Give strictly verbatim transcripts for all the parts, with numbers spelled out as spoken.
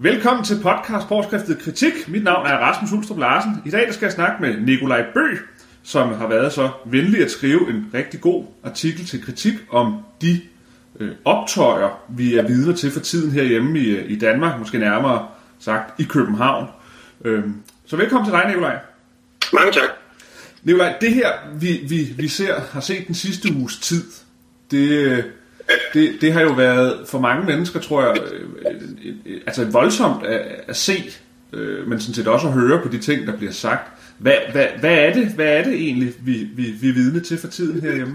Velkommen til podcast Forskriftet Kritik. Mit navn er Rasmus Hulstrup Larsen. I dag der skal jeg snakke med Nikolaj Bøgh, som har været så venlig at skrive en rigtig god artikel til kritik om de øh, optøjer, vi er vidner til for tiden herhjemme i, i Danmark, måske nærmere sagt i København. Øh, så velkommen til dig, Nikolaj. Mange tak. Nikolaj, det her, vi, vi, vi ser, har set den sidste uges tid, det... Det, det har jo været for mange mennesker, tror jeg, øh, altså voldsomt at, at se, øh, men sådan set også at høre på de ting, der bliver sagt. Hvad, hvad, hvad, er, det, hvad er det egentlig, vi, vi, vi er vidne til for tiden herhjemme?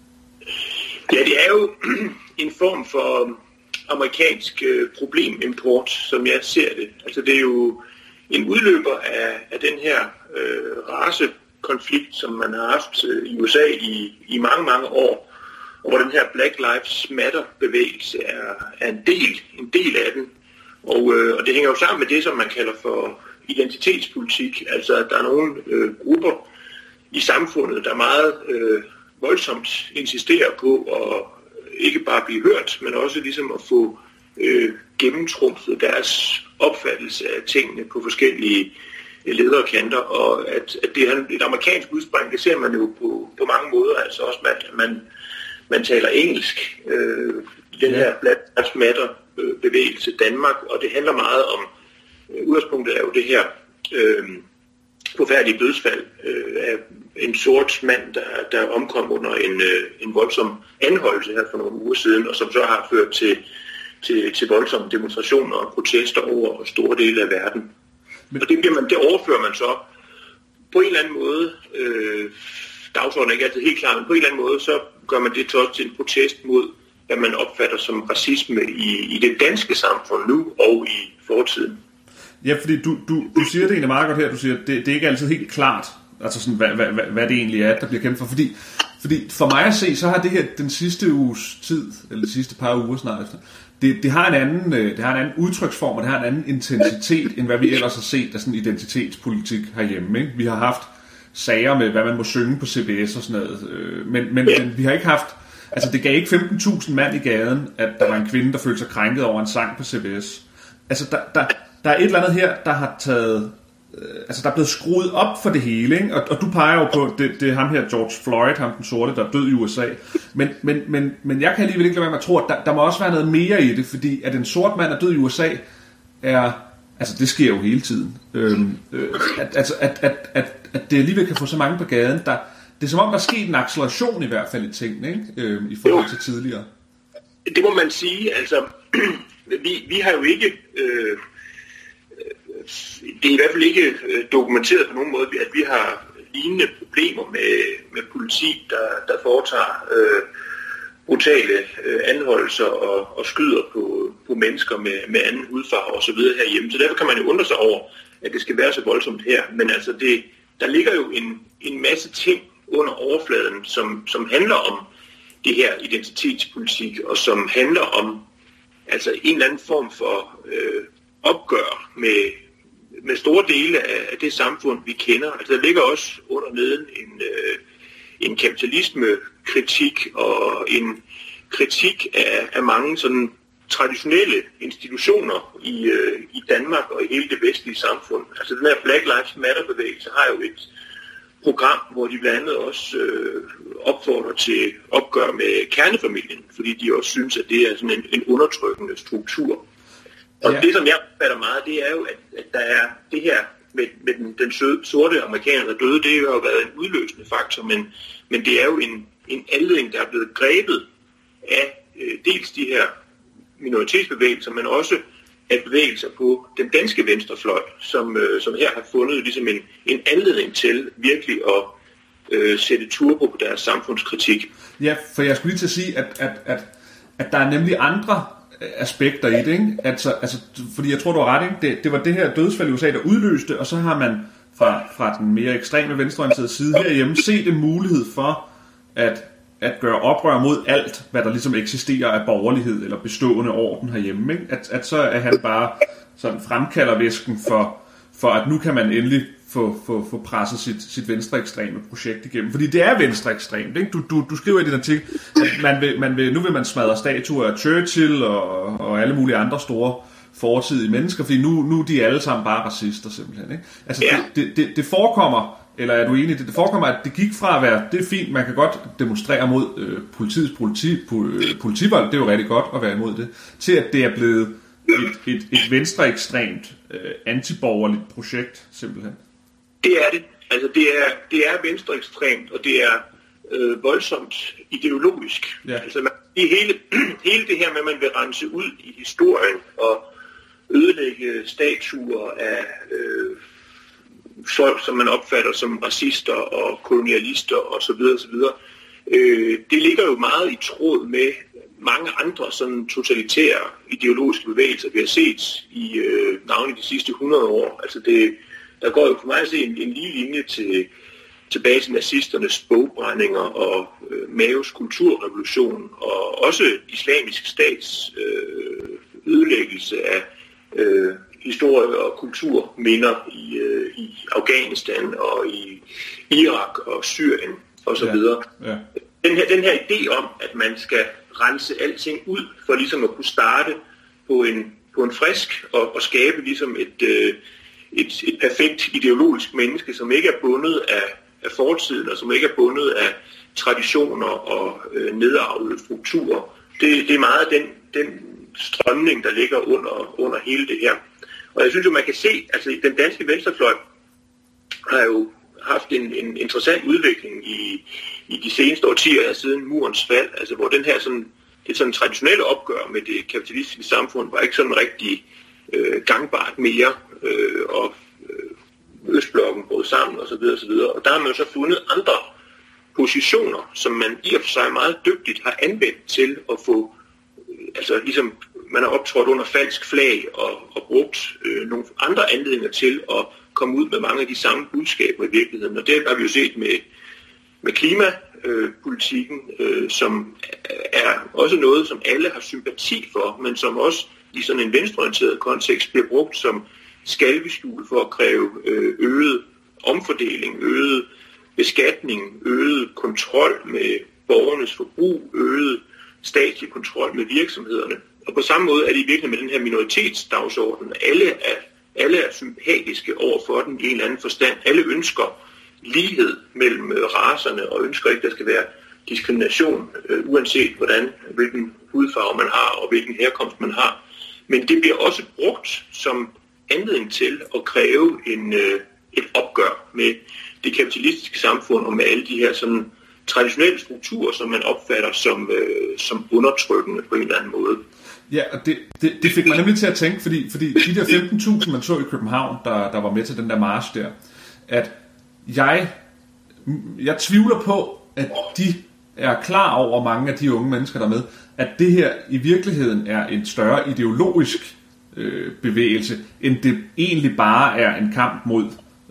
Ja, det er jo en form for amerikansk problemimport, som jeg ser det. Altså det er jo en udløber af, af den her øh, racekonflikt, som man har haft i U S A i, i mange, mange år. Og hvor den her Black Lives Matter-bevægelse er, er en, del, en del af den. Og, øh, og det hænger jo sammen med det, som man kalder for identitetspolitik. Altså at der er nogle øh, grupper i samfundet, der meget øh, voldsomt insisterer på at ikke bare blive hørt, men også ligesom at få øh, gennemtrumfet deres opfattelse af tingene på forskellige lederkanter. Og at, at det er et amerikansk udspring, det ser man jo på, på mange måder. Altså også, at man Man taler engelsk, øh, den her Black Lives Matter øh, bevægelse Danmark, og det handler meget om, øh, udgangspunktet er jo det her øh, forfærdelige dødsfald øh, af en sort mand, der, der omkom under en, øh, en voldsom anholdelse her for nogle uger siden, og som så har ført til, til, til voldsomme demonstrationer og protester over store dele af verden. Men... Og det, bliver man, det overfører man så på en eller anden måde, øh, dagsordenen er ikke altid helt klar, men på en eller anden måde, så gør man det også til en protest mod, hvad man opfatter som racisme i, i det danske samfund nu og i fortiden. Ja, fordi du, du, du siger det egentlig meget godt her, du siger, at det, det er ikke altid helt klart, altså sådan, hvad, hvad, hvad, hvad det egentlig er, der bliver kæmpet for. Fordi, fordi for mig at se, så har det her den sidste uges tid, eller de sidste par uger snart efter, det, det, har en anden, det har en anden udtryksform, og det har en anden intensitet, end hvad vi ellers har set af sådan identitetspolitik herhjemme. Ikke? Vi har haft sager med, hvad man må synge på C B S og sådan noget. Men, men, men vi har ikke haft... Altså, det gav ikke femten tusind mand i gaden, at der var en kvinde, der følte sig krænket over en sang på C B S. Altså, der, der, der er et eller andet her, der har taget... Altså, der er blevet skruet op for det hele, ikke? Og, og du peger jo på, det, det er ham her, George Floyd, ham den sorte, der er død i U S A. Men, men, men, men jeg kan alligevel ikke lade være med at tro, at der, der må også være noget mere i det, fordi at en sort mand er død i U S A, er... Altså, det sker jo hele tiden. Øhm, øh, at, altså, at, at, at, at det alligevel kan få så mange på gaden. Der, det er som om, der er sket en acceleration i hvert fald i tingene, ikke? Øhm, i forhold til tidligere. Det må man sige. Altså, vi, vi har jo ikke... Øh, det er i hvert fald ikke dokumenteret på nogen måde, at vi har lignende problemer med, med politi, der, der foretager... Øh, brutale øh, anholdelser og, og skyder på, på mennesker med, med anden hudfarve og så videre herhjemme. Så derfor kan man jo undre sig over, at det skal være så voldsomt her. Men altså, det, der ligger jo en, en masse ting under overfladen, som, som handler om det her identitetspolitik, og som handler om altså en eller anden form for øh, opgør med, med store dele af, af det samfund, vi kender. Altså, der ligger også under neden en... Øh, en kapitalisme-kritik og en kritik af, af mange sådan traditionelle institutioner i, øh, i Danmark og i hele det vestlige samfund. Altså den her Black Lives Matter-bevægelse har jo et program, hvor de blandt andet også øh, opfordrer til opgør med kernefamilien, fordi de også synes, at det er sådan en, en undertrykkende struktur. Og ja. Det, som jeg opfatter meget, det er jo, at, at der er det her med, med den, den søde, sorte amerikaner, der døde, det har jo været en udløsende faktor, men, men det er jo en, en anledning, der er blevet grebet af øh, dels de her minoritetsbevægelser, men også af bevægelser på den danske venstrefløj, som, øh, som her har fundet ligesom en, en anledning til virkelig at øh, sætte turbo på deres samfundskritik. Ja, for jeg skulle lige til at sige, at, at, at, at der er nemlig andre aspekter i det, ikke? Altså, altså, fordi jeg tror, du har ret, ikke? Det, det var det her dødsfald i U S A, der udløste, og så har man fra, fra den mere ekstreme venstreorienterede side herhjemme set en mulighed for at, at gøre oprør mod alt, hvad der ligesom eksisterer af borgerlighed eller bestående orden herhjemme, ikke? At, at så er han bare sådan fremkalder væsken for, for at nu kan man endelig få, få, få presset sit, sit venstreekstreme projekt igennem. Fordi det er venstreekstremt, ikke? Du, du, du skriver i din artikel, at man vil, man vil, nu vil man smadre statuer af Churchill og, og alle mulige andre store fortidige mennesker, fordi nu, nu er de alle sammen bare racister simpelthen. Ikke? Altså ja. det, det, det forekommer, eller er du enig, det, det forekommer, at det gik fra at være, det er fint, man kan godt demonstrere mod øh, politiets politi, po- politivold, det er jo rigtig godt at være imod det, til at det er blevet et, et, et venstreekstremt, øh, antiborgerligt projekt simpelthen. Det er det. Altså det er, det er venstreekstremt, og det er øh, voldsomt ideologisk. Ja. Altså man, i hele, hele det her med, at man vil rense ud i historien og ødelægge statuer af øh, folk, som man opfatter som racister og kolonialister osv. osv. Øh, det ligger jo meget i tråd med mange andre sådan totalitære ideologiske bevægelser, vi har set i øh, navnlig de sidste hundrede år. Altså det, der går jo for mig at se en, en lige linje til, tilbage til nazisternes bogbrændinger og øh, Maos kulturrevolution og også islamisk stats øh, ødelæggelse af øh, historie og kulturminder i, øh, i Afghanistan og i Irak og Syrien osv. Ja, ja. Den her, den her idé om, at man skal rense alting ud for ligesom at kunne starte på en, på en frisk og, og skabe ligesom et, øh, et, et perfekt ideologisk menneske, som ikke er bundet af, af fortiden og som ikke er bundet af traditioner og øh, nedarvede strukturer. Det, det er meget den, den strømning, der ligger under, under hele det her. Og jeg synes jo, man kan se, altså den danske venstrefløj har jo haft en, en interessant udvikling i, i de seneste årtier siden murens fald, altså hvor den her sådan, det sådan traditionelle opgør med det kapitalistiske samfund var ikke sådan rigtig øh, gangbart mere, øh, og øh, Østblokken brød sammen osv. osv. Og der har man jo så fundet andre positioner, som man i og for sig meget dygtigt har anvendt til at få, øh, altså ligesom man har optrådt under falsk flag og, og brugt øh, nogle andre anledninger til at komme ud med mange af de samme budskaber i virkeligheden. Og det har vi jo set med, med klimapolitikken, øh, øh, som er også noget, som alle har sympati for, men som også i sådan en venstreorienteret kontekst bliver brugt som skalkeskjul for at kræve øh, øget omfordeling, øget beskatning, øget kontrol med borgernes forbrug, øget statslig kontrol med virksomhederne. Og på samme måde er det i virkeligheden med den her minoritetsdagsorden. Alle er, alle er sympatiske over for den i en eller anden forstand. Alle ønsker lighed mellem racerne og ønsker ikke, at der skal være diskrimination, øh, uanset hvordan, hvilken hudfarve man har og hvilken herkomst man har. Men det bliver også brugt som anledning til at kræve en, øh, et opgør med det kapitalistiske samfund og med alle de her sådan traditionelle strukturer, som man opfatter som, øh, som undertrykkende på en eller anden måde. Ja, og det, det, det fik mig nemlig til at tænke, fordi, fordi de der femten tusind, man så i København, der, der var med til den der march der, at jeg, jeg tvivler på, at de er klar over, mange af de unge mennesker, der er med, at det her i virkeligheden er en større ideologisk øh, bevægelse, end det egentlig bare er en kamp mod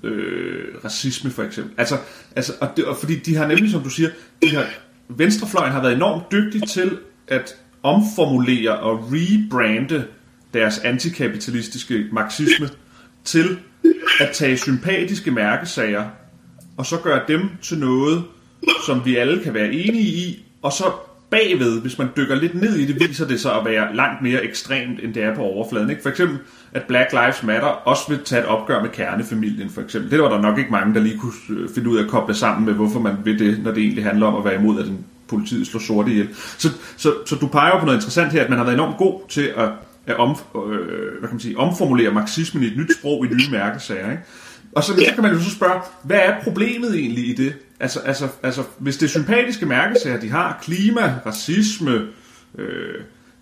øh, racisme for eksempel. Altså, altså og, det, og fordi de har nemlig, som du siger, de har, venstrefløjen har været enormt dygtig til at omformulere og rebrande deres antikapitalistiske marxisme til at tage sympatiske mærkesager og så gøre dem til noget, som vi alle kan være enige i, og så bagved, hvis man dykker lidt ned i det, viser det sig at være langt mere ekstremt, end det er på overfladen. Ikke? For eksempel, at Black Lives Matter også vil tage et opgør med kernefamilien, for eksempel. Det var der nok ikke mange, der lige kunne finde ud af at koble sammen med, hvorfor man vil det, når det egentlig handler om at være imod, at den politiet slår sorte ihjel. Så, så, så du peger jo på noget interessant her, at man har været enormt god til at, at om, øh, hvad kan man sige, omformulere marxismen i et nyt sprog, i nye mærkesager. Ikke? Og så, så kan man jo så spørge, hvad er problemet egentlig i det? Altså, altså, altså hvis det er sympatiske mærkesager, de har, klima, racisme, øh,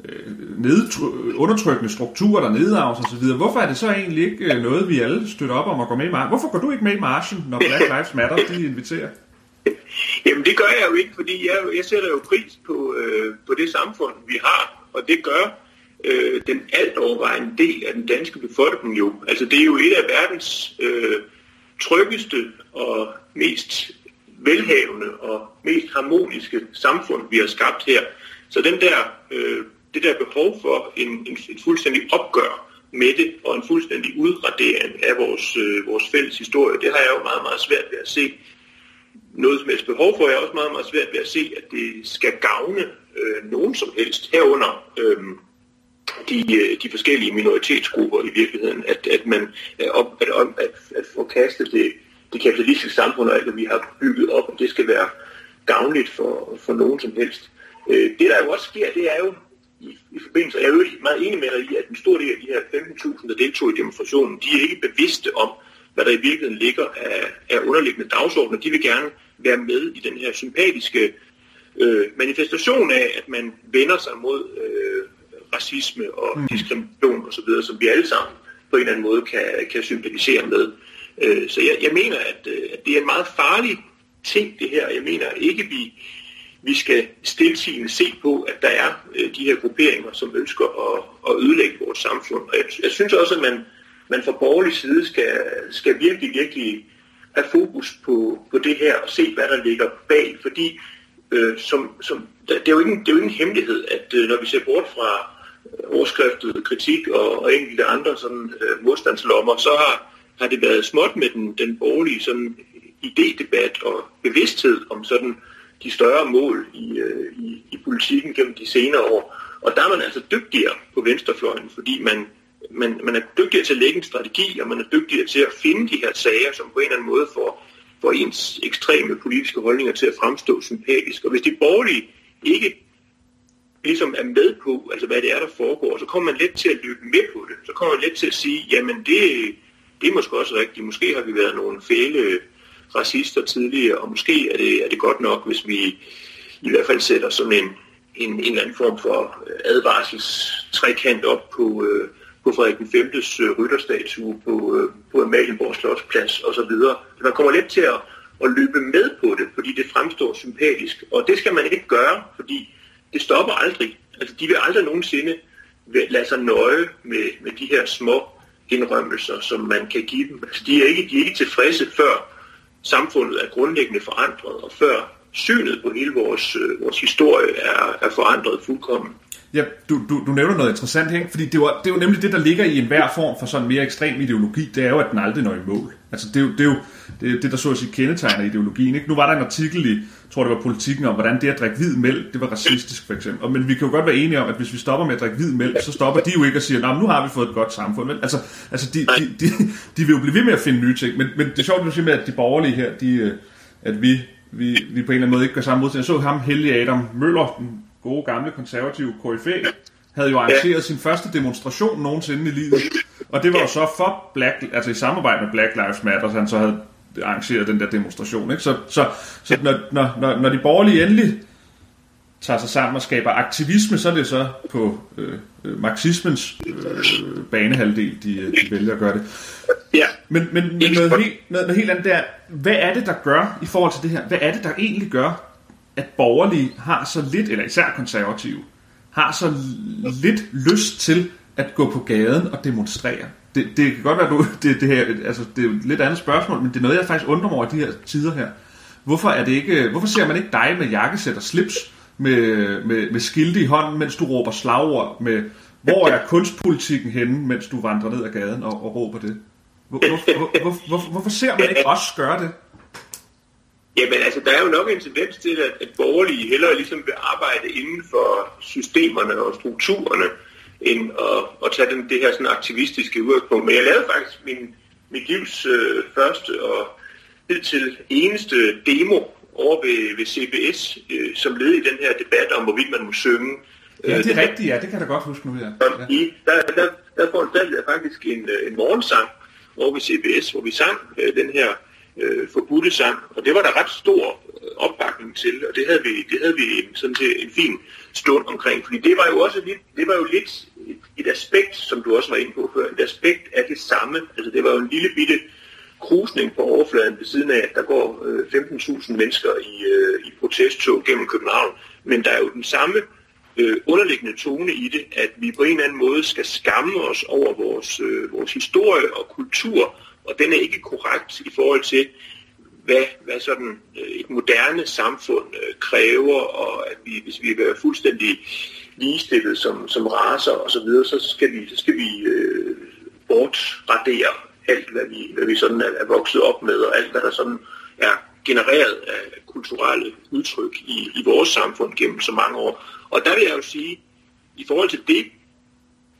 nedtry- undertrykkende strukturer, der nedarves osv., hvorfor er det så egentlig ikke noget, vi alle støtter op om at gå med i marchen? Hvorfor går du ikke med i marchen, når Black Lives Matter, de inviterer? Jamen det gør jeg jo ikke, fordi jeg, jeg sætter jo pris på, øh, på det samfund, vi har, og det gør øh, den alt overvejende del af den danske befolkning jo. Altså det er jo et af verdens øh, tryggeste og mest velhavende og mest harmoniske samfund, vi har skabt her. Så den der, øh, det der behov for en, en, en fuldstændig opgør med det, og en fuldstændig udradering af vores, øh, vores fælles historie, det har jeg jo meget, meget svært ved at se. Noget som helst behov for, jeg er også meget, meget svært ved at se, at det skal gavne øh, nogen som helst herunder, øh, de, de forskellige minoritetsgrupper i virkeligheden, at, at man at, at, at, at forkaste det, det kapitalistiske samfund, og alt, vi har bygget op, og det skal være gavnligt for, for nogen som helst. Det, der jo også sker, det er jo i, i forbindelse, og jeg er jo meget enig med dig i, at en stor del af de her femten tusind, der deltog i demonstrationen, de er ikke bevidste om, hvad der i virkeligheden ligger af, af underliggende dagsordner. De vil gerne være med i den her sympatiske øh, manifestation af, at man vender sig mod øh, racisme og mm. diskrimination osv., som vi alle sammen på en eller anden måde kan, kan sympatisere med. Øh, så jeg, jeg mener, at, at det er en meget farlig ting, det her. Jeg mener ikke, vi Vi skal stiltiende se på, at der er øh, de her grupperinger, som ønsker at, at ødelægge vores samfund. Og jeg, jeg synes også, at man, man fra borgerlig side skal, skal virkelig, virkelig have fokus på, på det her og se, hvad der ligger bag. Fordi øh, som, som, det, er jo ikke, det er jo ikke en hemmelighed, at øh, når vi ser bort fra overskriftet kritik og, og enkelte andre sådan, øh, modstandslommer, så har, har det været småt med den, den borgerlige sådan, idédebat og bevidsthed om sådan de større mål i, øh, i, i politikken gennem de senere år. Og der er man altså dygtigere på venstrefløjen, fordi man, man, man er dygtigere til at lægge en strategi, og man er dygtigere til at finde de her sager, som på en eller anden måde får, får ens ekstreme politiske holdninger til at fremstå sympatisk. Og hvis de borgerlige ikke ligesom er med på, altså hvad det er, der foregår, så kommer man let til at løbe med på det. Så kommer man let til at sige, jamen det, det er måske også rigtigt. Måske har vi været nogle fæle racister tidligere, og måske er det, er det godt nok, hvis vi i hvert fald sætter sådan en, en, en eller anden form for advarselstrekant op på, øh, på Frederik den femtes øh, rytterstatue på, øh, på Amalienborg Slotsplads osv. Man kommer lidt til at, at løbe med på det, fordi det fremstår sympatisk, og det skal man ikke gøre, fordi det stopper aldrig. Altså, de vil aldrig nogensinde lade sig nøje med, med de her små indrømmelser, som man kan give dem. Altså, de er ikke, de er ikke tilfredse, før samfundet er grundlæggende forandret, og før synet på hele vores, øh, vores historie er, er forandret fuldkommen. Ja, du, du, du nævner noget interessant her, fordi det er, jo, det er jo nemlig det, der ligger i enhver form for sådan mere ekstrem ideologi, det er jo, at den aldrig når i mål. Altså, det er jo det, er jo, det, det der så at sige kendetegner ideologien. Ikke? Nu var der en artikel i, jeg tror det var Politikken, om hvordan det at drikke hvid mælk, det var racistisk for eksempel. Og, men vi kan jo godt være enige om, at hvis vi stopper med at drikke hvid mælk, så stopper de jo ikke og siger, nå, nu har vi fået et godt samfund. Men, altså, altså de, de, de, de vil jo blive ved med at finde nye ting, men, men det er sjovt, du siger med, at de borgerlige her, de, at vi, vi, vi på en eller anden måde ikke gør samme måde. Jeg så ham, Helge Adam Møller, den gode gamle konservative koryfæ, havde jo arrangeret sin første demonstration nogensinde i livet. Og det var jo så for Black, altså i samarbejde med Black Lives Matter, så han så havde arrangeret den der demonstration. Ikke? Så, så, så når, når, når de borgerlige endelig tager sig sammen og skaber aktivisme, så er det så på øh, marxismens øh, banehalvdel, de, de vælger at gøre det. Men, men, men noget, helt, noget, noget helt andet der, hvad er det, der gør i forhold til det her? Hvad er det, der egentlig gør, at borgerlige har så lidt, eller især konservative, har så lidt lyst til at gå på gaden og demonstrere? Det, det kan godt være, du, det, det, her, altså, det er jo et lidt andet spørgsmål, men det er noget, jeg faktisk undrer mig over i de her tider her. Hvorfor, er det ikke, hvorfor ser man ikke dig med jakkesæt og slips, med, med, med skilte i hånden, mens du råber slagord, med hvor er kunstpolitikken henne, mens du vandrer ned ad gaden og, og råber det? Hvor, hvor, hvor, hvor, hvorfor ser man ikke os gøre det? Jamen altså, der er jo nok en tendens til, at, at borgerlige hellere ligesom vil arbejde inden for systemerne og strukturerne, end at, at tage den, det her sådan aktivistiske udgangspunkt. Men jeg lavede faktisk min, mit livs øh, første og hidtil eneste demo over ved, ved C B S, øh, som led i den her debat om, hvorvidt man må synge. Ja, det er rigtigt, ja. Det kan jeg da godt huske nu, ja. ja. Der, der, der foranstaltede jeg faktisk en, en morgensang over ved C B S, hvor vi sang øh, den her øh, forbudte sang, og det var der ret stor øh, opbakning til, og det havde vi, det havde vi sådan til en fin stund omkring, fordi det var jo også lidt, det var jo lidt et, et aspekt, som du også var inde på før, et aspekt af det samme, altså det var jo en lille bitte krusning på overfladen ved siden af, at der går øh, femten tusind mennesker i, øh, i protesttog gennem København, men der er jo den samme øh, underliggende tone i det, at vi på en eller anden måde skal skamme os over vores, øh, vores historie og kultur, og den er ikke korrekt i forhold til, hvad, hvad sådan et moderne samfund øh, kræver, og at vi, hvis vi vil være fuldstændig ligestillet som, som racer og så videre, så skal vi, så skal vi øh, bortradere alt, hvad vi, hvad vi sådan er, er vokset op med, og alt, hvad der sådan er genereret af kulturelle udtryk i, i vores samfund gennem så mange år. Og der vil jeg jo sige, i forhold til det,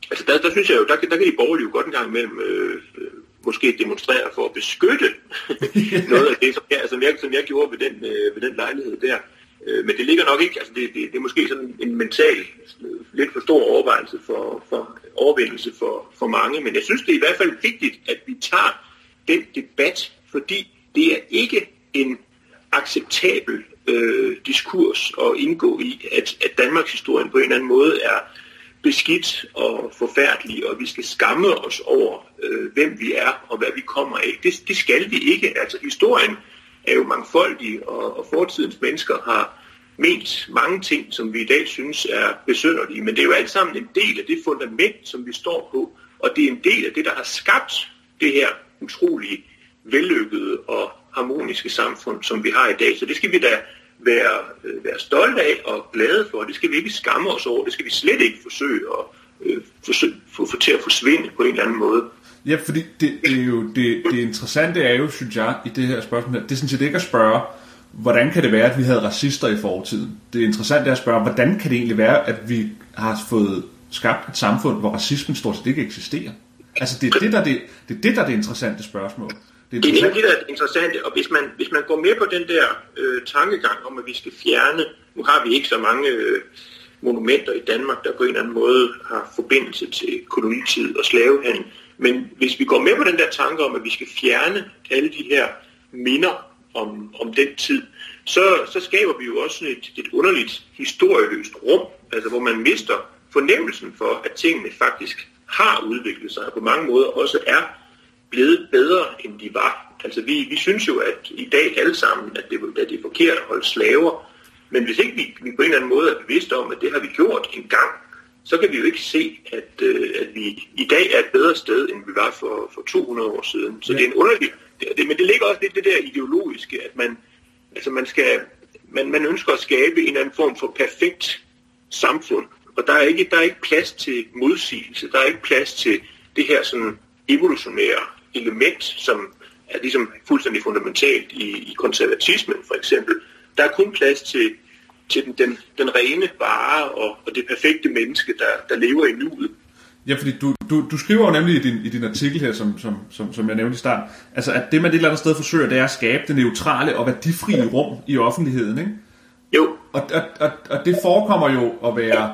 altså der, der synes jeg jo, der, der kan de borgerlige jo godt en gang imellem øh, måske demonstrere for at beskytte noget af det, som jeg, som jeg, som jeg gjorde ved den, øh, ved den lejlighed der. Øh, men det ligger nok ikke, altså det, det, det er måske sådan en mental, lidt for stor overvejelse for, for overvindelse for, for mange, men jeg synes det er i hvert fald vigtigt, at vi tager den debat, fordi det er ikke en acceptabel øh, diskurs at indgå i, at, at Danmarks historien på en eller anden måde er beskidt og forfærdelig, og vi skal skamme os over, øh, hvem vi er og hvad vi kommer af. Det, det skal vi ikke. Altså historien er jo mangfoldig, og, og fortidens mennesker har ment mange ting, som vi i dag synes er besynderlige, men det er jo alt sammen en del af det fundament, som vi står på, og det er en del af det, der har skabt det her utrolige, vellykkede og harmoniske samfund, som vi har i dag. Så det skal vi da være, øh, være stolte af og glade for. Det skal vi ikke skamme os over. Det skal vi slet ikke forsøge at øh, forsøge, få, få til at forsvinde på en eller anden måde. Ja, fordi det, det er jo det, det interessante er jo, synes jeg, i det her spørgsmål her, det er sådan set ikke at spørge, hvordan kan det være, at vi havde racister i fortiden? Det interessante er at spørge, hvordan kan det egentlig være, at vi har fået skabt et samfund, hvor racismen stort set ikke eksisterer? Altså det er det, der det, det, er det, der er det interessante spørgsmål. Det er det, der er det interessante, og hvis man, hvis man går med på den der øh, tankegang om, at vi skal fjerne, nu har vi ikke så mange øh, monumenter i Danmark, der på en eller anden måde har forbindelse til kolonitid og slavehandel, men hvis vi går med på den der tanke om, at vi skal fjerne alle de her minder om, om den tid, så, så skaber vi jo også et, et underligt historieløst rum, altså hvor man mister fornemmelsen for, at tingene faktisk har udviklet sig, og på mange måder også er blevet bedre, end de var. Altså vi, vi synes jo, at i dag alle sammen, at det, at det er forkert at holde slaver, men hvis ikke vi, vi på en eller anden måde er bevidste om, at det har vi gjort en gang, så kan vi jo ikke se, at, øh, at vi i dag er et bedre sted, end vi var for, for to hundrede år siden. Så ja. Det er en underlig, det, det, men det ligger også lidt det der ideologiske, at man, altså man, skal, man, man ønsker at skabe en eller anden form for perfekt samfund, og der er ikke, der er ikke plads til modsigelse, der er ikke plads til det her sådan evolutionære element, som er ligesom fuldstændig fundamentalt i, i konservatismen for eksempel. Der er kun plads til, til den, den, den rene vare og, og det perfekte menneske, der, der lever i nuet. Ja, fordi du, du, du skriver jo nemlig i din, i din artikel her, som, som, som, som jeg nævnte i starten, altså at det man et eller andet sted forsøger, det er at skabe det neutrale og værdifrie rum i offentligheden, ikke? Jo. Og, og, og, og det forekommer jo at være,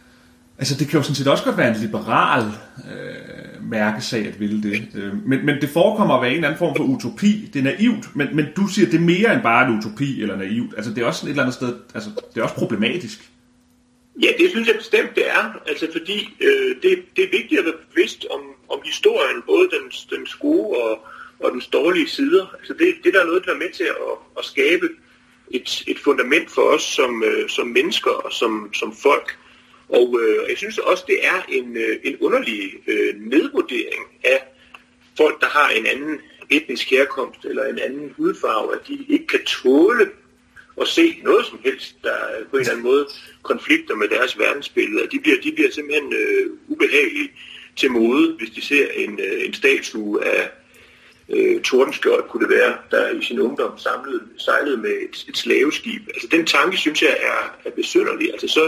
altså det kan jo sådan set også godt være en liberal øh, mærkesag at ville det, øh, men, men det forekommer at være en eller anden form for utopi, det er naivt, men, men du siger, det er mere end bare en utopi eller naivt, altså det er også sådan et eller andet sted, altså det er også problematisk. Ja, det synes jeg bestemt, det er. Altså fordi øh, det, det er vigtigt at være bevidst om, om historien, både den, den gode og, og den dårlige sider. Altså det, det der er noget, der er med til at, at skabe et, et fundament for os som, øh, som mennesker og som, som folk. Og øh, jeg synes også, det er en, øh, en underlig øh, nedvurdering af folk, der har en anden etnisk herkomst eller en anden hudfarve, at de ikke kan tåle at se noget som helst, der på en eller anden måde konflikter med deres verdensbillede. De bliver, de bliver simpelthen øh, ubehagelige til mode, hvis de ser en, øh, en statue af øh, Tordenskjold, kunne det være, der i sin ungdom samlede, sejlede med et, et slaveskib. Altså den tanke, synes jeg, er, er besynderlig. Altså så,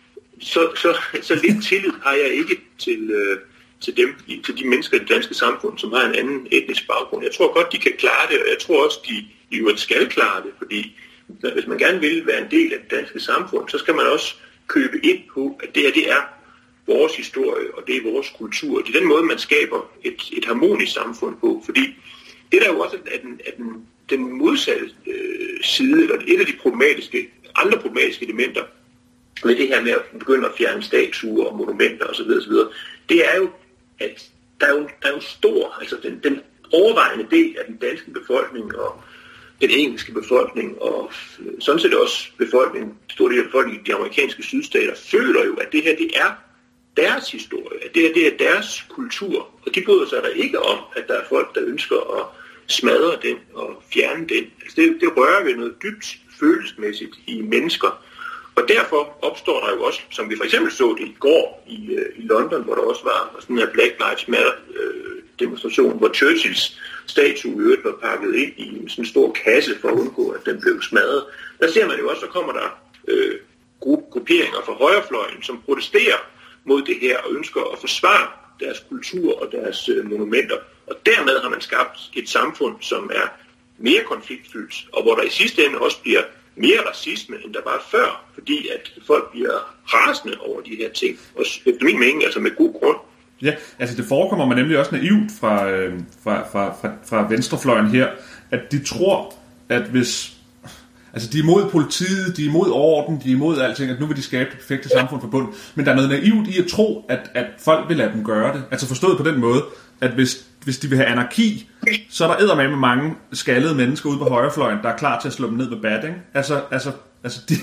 så, så, så lidt tillid har jeg ikke til, øh, til dem, til de mennesker i det danske samfund, som har en anden etnisk baggrund. Jeg tror godt, de kan klare det, og jeg tror også, de i øvrigt skal klare det, fordi hvis man gerne vil være en del af det danske samfund, så skal man også købe ind på, at det her det er vores historie, og det er vores kultur. Det er den måde, man skaber et, et harmonisk samfund på, fordi det der jo også er den, er den, den modsatte øh, side, eller et af de problematiske, andre problematiske elementer med det her med at begynde at fjerne statuer og monumenter osv., osv., det er jo, at der er jo, der er jo stor, altså den, den overvejende del af den danske befolkning og den engelske befolkning, og sådan set også befolkningen, stor del af befolkningen i de amerikanske sydstater, føler jo, at det her, det er deres historie, at det her, det er deres kultur, og de bryder sig der ikke om, at der er folk, der ønsker at smadre den og fjerne den. Altså det, det rører ved noget dybt følelsesmæssigt i mennesker, og derfor opstår der jo også, som vi for eksempel så det i går i, i London, hvor der også var sådan en Black Lives Matter øh, demonstration, hvor Churchills statue i øvrigt var pakket ind i en sådan stor kasse for at undgå, at den blev smadret. Der ser man jo også, så kommer der øh, grupperinger fra højrefløjen, som protesterer mod det her og ønsker at forsvare deres kultur og deres øh, monumenter. Og dermed har man skabt et samfund, som er mere konfliktfyldt, og hvor der i sidste ende også bliver mere racisme, end der var før, fordi at folk bliver rasende over de her ting. Og efter min mening, altså med god grund. Ja, altså det forekommer man nemlig også naivt fra, øh, fra, fra, fra, fra venstrefløjen her, at de tror, at hvis... Altså de er imod politiet, de er imod orden, de er imod alting, at nu vil de skabe det perfekte samfund for bunden. Men der er noget naivt i at tro, at, at folk vil lade dem gøre det. Altså forstået på den måde, at hvis, hvis de vil have anarki, så er der eddermame med mange skaldede mennesker ude på højrefløjen, der er klar til at slå dem ned med bat, ikke? Altså, altså, altså de,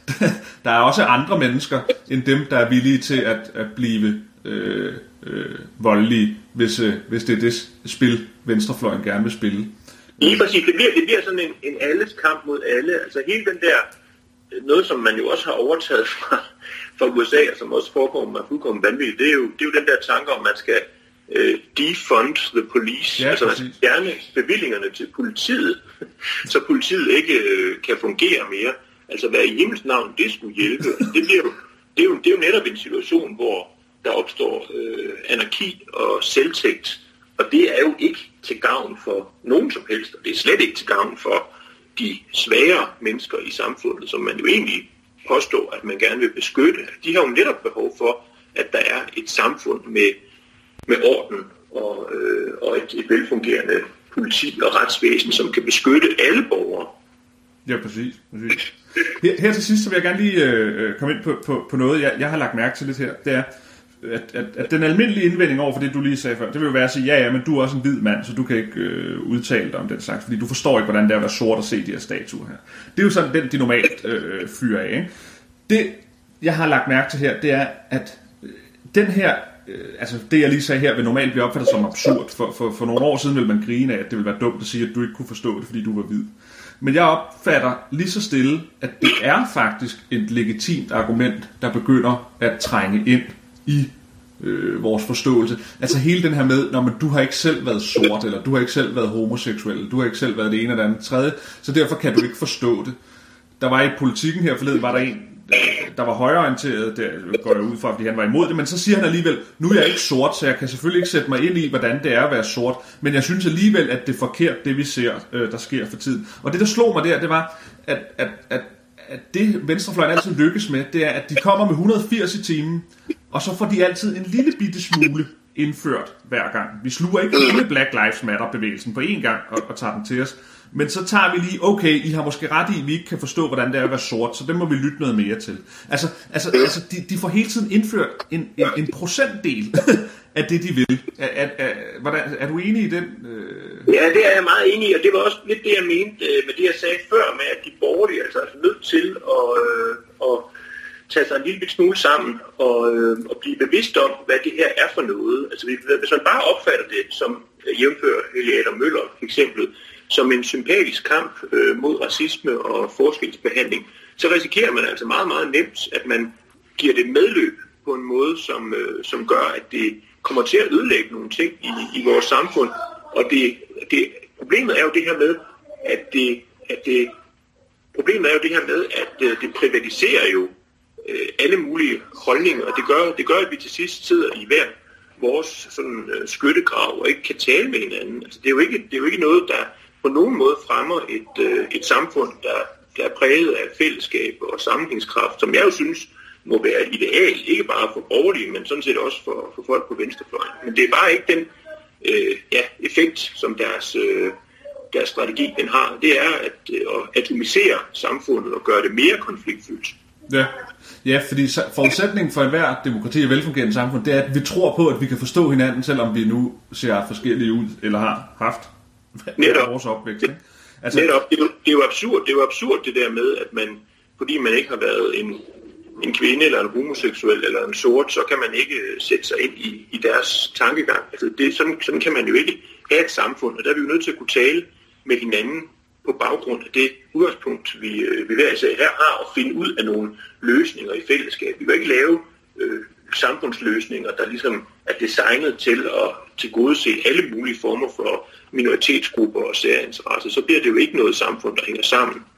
der er også andre mennesker end dem, der er villige til at, at blive øh, øh, voldelige, hvis, øh, hvis det er det spil, venstrefløjen gerne vil spille. Lige præcis. Det bliver, det bliver sådan en, en alles kamp mod alle. Altså hele den der, noget som man jo også har overtaget fra, fra U S A, og som også forekommer fuldkommen vanvittigt, det er jo, det er jo den der tanke om, at man skal øh, defund the police. Ja, altså man skal fjerne bevillingerne til politiet, så politiet ikke øh, kan fungere mere. Altså hvad i himlens navn det skulle hjælpe. Altså, det, bliver jo, det, er jo, det er jo netop en situation, hvor der opstår øh, anarki og selvtægt. Og det er jo ikke til gavn for nogen som helst, og det er slet ikke til gavn for de svagere mennesker i samfundet, som man jo egentlig påstår, at man gerne vil beskytte. De har jo netop behov for, at der er et samfund med, med orden og, øh, og et, et velfungerende politi og retsvæsen, som kan beskytte alle borgere. Ja, præcis. præcis. Her, her til sidst så vil jeg gerne lige øh, komme ind på, på, på noget, jeg, jeg har lagt mærke til lidt her. Det er, At, at, at den almindelige indvending over for det, du lige sagde før, det vil jo være at sige, ja, ja, men du er også en hvid mand, så du kan ikke øh, udtale dig om den slags, fordi du forstår ikke, hvordan det er at være sort og se de her statuer her. Det er jo sådan, den de normalt øh, fyrer af, ikke? Det, jeg har lagt mærke til her, det er, at øh, den her, øh, altså det, jeg lige sagde her, vil normalt blive opfattet som absurd. For, for, for nogle år siden ville man grine af, at det ville være dumt at sige, at du ikke kunne forstå det, fordi du var hvid. Men jeg opfatter lige så stille, at det er faktisk et legitimt argument, der begynder at trænge ind i øh, vores forståelse. Altså hele den her med, når man, du har ikke selv været sort, eller du har ikke selv været homoseksuel, eller du har ikke selv været det ene eller det andet tredje, så derfor kan du ikke forstå det. Der var i politikken her forleden, var der en, der var højreorienteret, der går jeg ud fra, fordi han var imod det, men så siger han alligevel, nu er jeg ikke sort, så jeg kan selvfølgelig ikke sætte mig ind i, hvordan det er at være sort, men jeg synes alligevel, at det er forkert, det vi ser, der sker for tiden. Og det, der slog mig der, det var, at, at, at, at det venstrefløjen altid lykkes med, det er, at de kommer med et hundrede og firs i timen, og så får de altid en lille bitte smule indført hver gang. Vi sluger ikke hele Black Lives Matter-bevægelsen på én gang og, og tager den til os. Men så tager vi lige, okay, I har måske ret i, at vi ikke kan forstå, hvordan det er at være sort, så det må vi lytte noget mere til. Altså, altså, altså de, de får hele tiden indført en, en, en procentdel af det, de vil. Er, er, er, hvordan, er du enig i den? Øh... Ja, det er jeg meget enig i, og det var også lidt det, jeg mente med det, jeg sagde før, med at de borgerlige altså, er nødt til at, øh, at tage sig en lille smule sammen og, øh, og blive bevidst om, hvad det her er for noget. Altså, hvis man bare opfatter det som jævnfører Helge Adam Møller for eksempel, som en sympatisk kamp øh, mod racisme og forskelsbehandling, så risikerer man altså meget, meget nemt, at man giver det medløb på en måde, som, øh, som gør, at det kommer til at ødelægge nogle ting i, i vores samfund. Og det, det, problemet er jo det her med, at det, at det, problemet er jo det her med, at øh, det privatiserer jo øh, alle mulige holdninger, og det gør, det gør, at vi til sidst sidder i hver vores sådan, øh, skyttegrav og ikke kan tale med hinanden. Altså, det, er jo ikke, det er jo ikke noget, der på nogen måde fremmer et, øh, et samfund, der, der er præget af fællesskab og sammenhængskraft, som jeg jo synes må være ideal, ikke bare for borgerlige, men sådan set også for, for folk på venstrefløjen. Men det er bare ikke den øh, ja, effekt, som deres, øh, deres strategi den har. Det er at, øh, at atomisere samfundet og gøre det mere konfliktfyldt. Ja. Ja, fordi forudsætningen for enhver demokrati og velfungerende samfund, det er, at vi tror på, at vi kan forstå hinanden, selvom vi nu ser forskellige ud, eller har haft netop vores opvækst. Ikke? Altså, netop. Det, er jo, det er jo absurd, det er jo absurd det der med, at man, fordi man ikke har været en, en kvinde, eller en homoseksuel, eller en sort, så kan man ikke sætte sig ind i, i deres tankegang. Altså, det, sådan, sådan kan man jo ikke have et samfund, og der er vi jo nødt til at kunne tale med hinanden på baggrund af det udgangspunkt, vi, vi hver især her har, og finde ud af nogle løsninger i fællesskab. Vi kan ikke lave øh, samfundsløsninger, der ligesom er designet til at tilgodese alle mulige former for minoritetsgrupper og særinteresser. Så bliver det jo ikke noget samfund, der hænger sammen.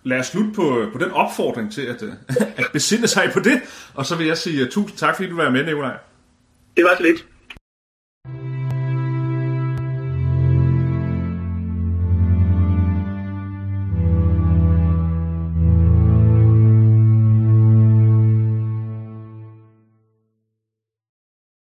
lad os slutte på, på den opfordring til at, at besinde sig på det. Og så vil jeg sige uh, tusind tak, fordi du var med, Nikolaj. Det var så lidt.